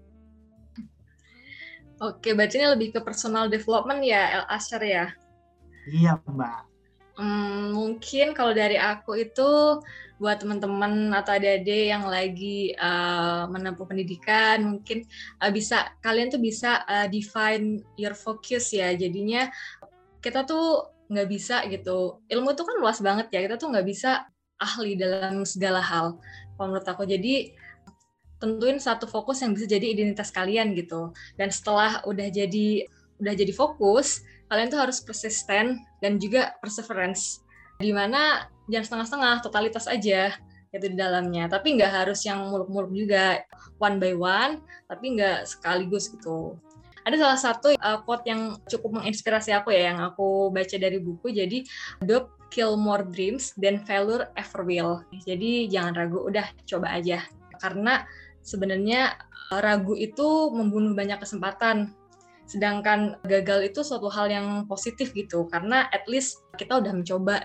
Oke, berarti ini lebih ke personal development ya, El Asher ya? Iya, Mbak. Hmm, mungkin kalau dari aku itu buat teman-teman atau adik-adik yang lagi uh, menempuh pendidikan, mungkin uh, bisa kalian tuh bisa uh, define your focus ya. Jadinya kita tuh nggak bisa gitu. Ilmu tuh kan luas banget ya. Kita tuh nggak bisa ahli dalam segala hal. Kalau menurut aku, jadi tentuin satu fokus yang bisa jadi identitas kalian gitu. Dan setelah udah jadi udah jadi fokus, kalian tuh harus persisten dan juga perseverance. Di mana jangan setengah-setengah, totalitas aja itu di dalamnya. Tapi nggak harus yang muluk-muluk juga, one by one, tapi nggak sekaligus gitu. Ada salah satu uh, quote yang cukup menginspirasi aku ya, yang aku baca dari buku. Jadi, don't kill more dreams than failure ever will. Jadi jangan ragu, udah coba aja. Karena sebenarnya ragu itu membunuh banyak kesempatan, sedangkan gagal itu suatu hal yang positif gitu, karena at least kita udah mencoba.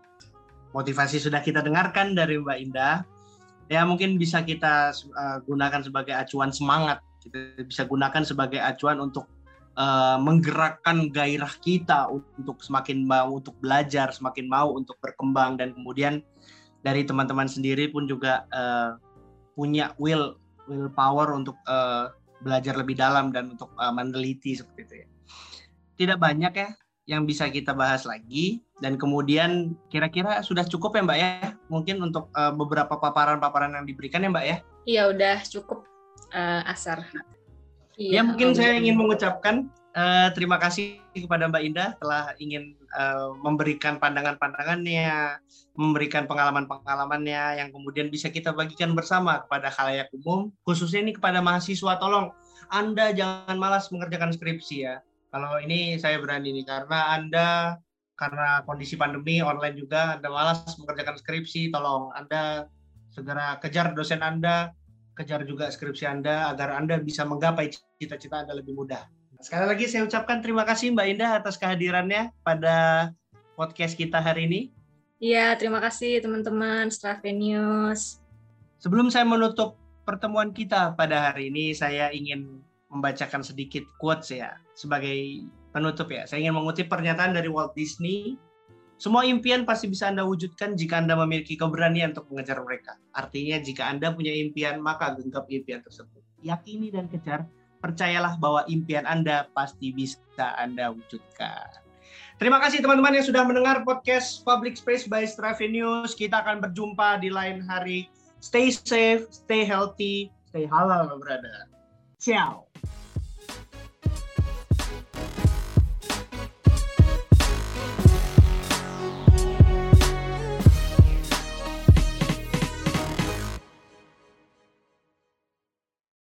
Motivasi sudah kita dengarkan dari Mbak Indah, ya mungkin bisa kita uh, gunakan sebagai acuan semangat, kita bisa gunakan sebagai acuan untuk uh, menggerakkan gairah kita untuk semakin mau untuk belajar, semakin mau untuk berkembang, dan kemudian dari teman-teman sendiri pun juga uh, punya will will power untuk uh, belajar lebih dalam dan untuk uh, meneliti seperti itu ya. Tidak banyak ya yang bisa kita bahas lagi, dan kemudian kira-kira sudah cukup ya Mbak ya, mungkin untuk uh, beberapa paparan-paparan yang diberikan ya Mbak ya. Iya udah cukup uh, Asar. Iya, ya mungkin saya ingin mengucapkan uh, terima kasih kepada Mbak Indah telah ingin uh, memberikan pandangan-pandangannya, memberikan pengalaman-pengalamannya yang kemudian bisa kita bagikan bersama kepada khalayak umum, khususnya ini kepada mahasiswa. Tolong Anda jangan malas mengerjakan skripsi ya. Kalau ini saya berani nih, karena Anda karena kondisi pandemi online juga Anda malas mengerjakan skripsi, tolong Anda segera kejar dosen Anda, kejar juga skripsi Anda agar Anda bisa menggapai cita-cita Anda lebih mudah. Sekali lagi saya ucapkan terima kasih Mbak Indah atas kehadirannya pada podcast kita hari ini. Iya, terima kasih teman-teman Stravenius. Sebelum saya menutup pertemuan kita pada hari ini, saya ingin membacakan sedikit quotes ya sebagai penutup ya. Saya ingin mengutip pernyataan dari Walt Disney. Semua impian pasti bisa Anda wujudkan jika Anda memiliki keberanian untuk mengejar mereka. Artinya jika Anda punya impian, maka genggam impian tersebut. Yakini dan kejar, percayalah bahwa impian Anda pasti bisa Anda wujudkan. Terima kasih teman-teman yang sudah mendengar podcast Public Space by Stravenius. Kita akan berjumpa di lain hari. Stay safe, stay healthy, stay halal, brother. Ciao.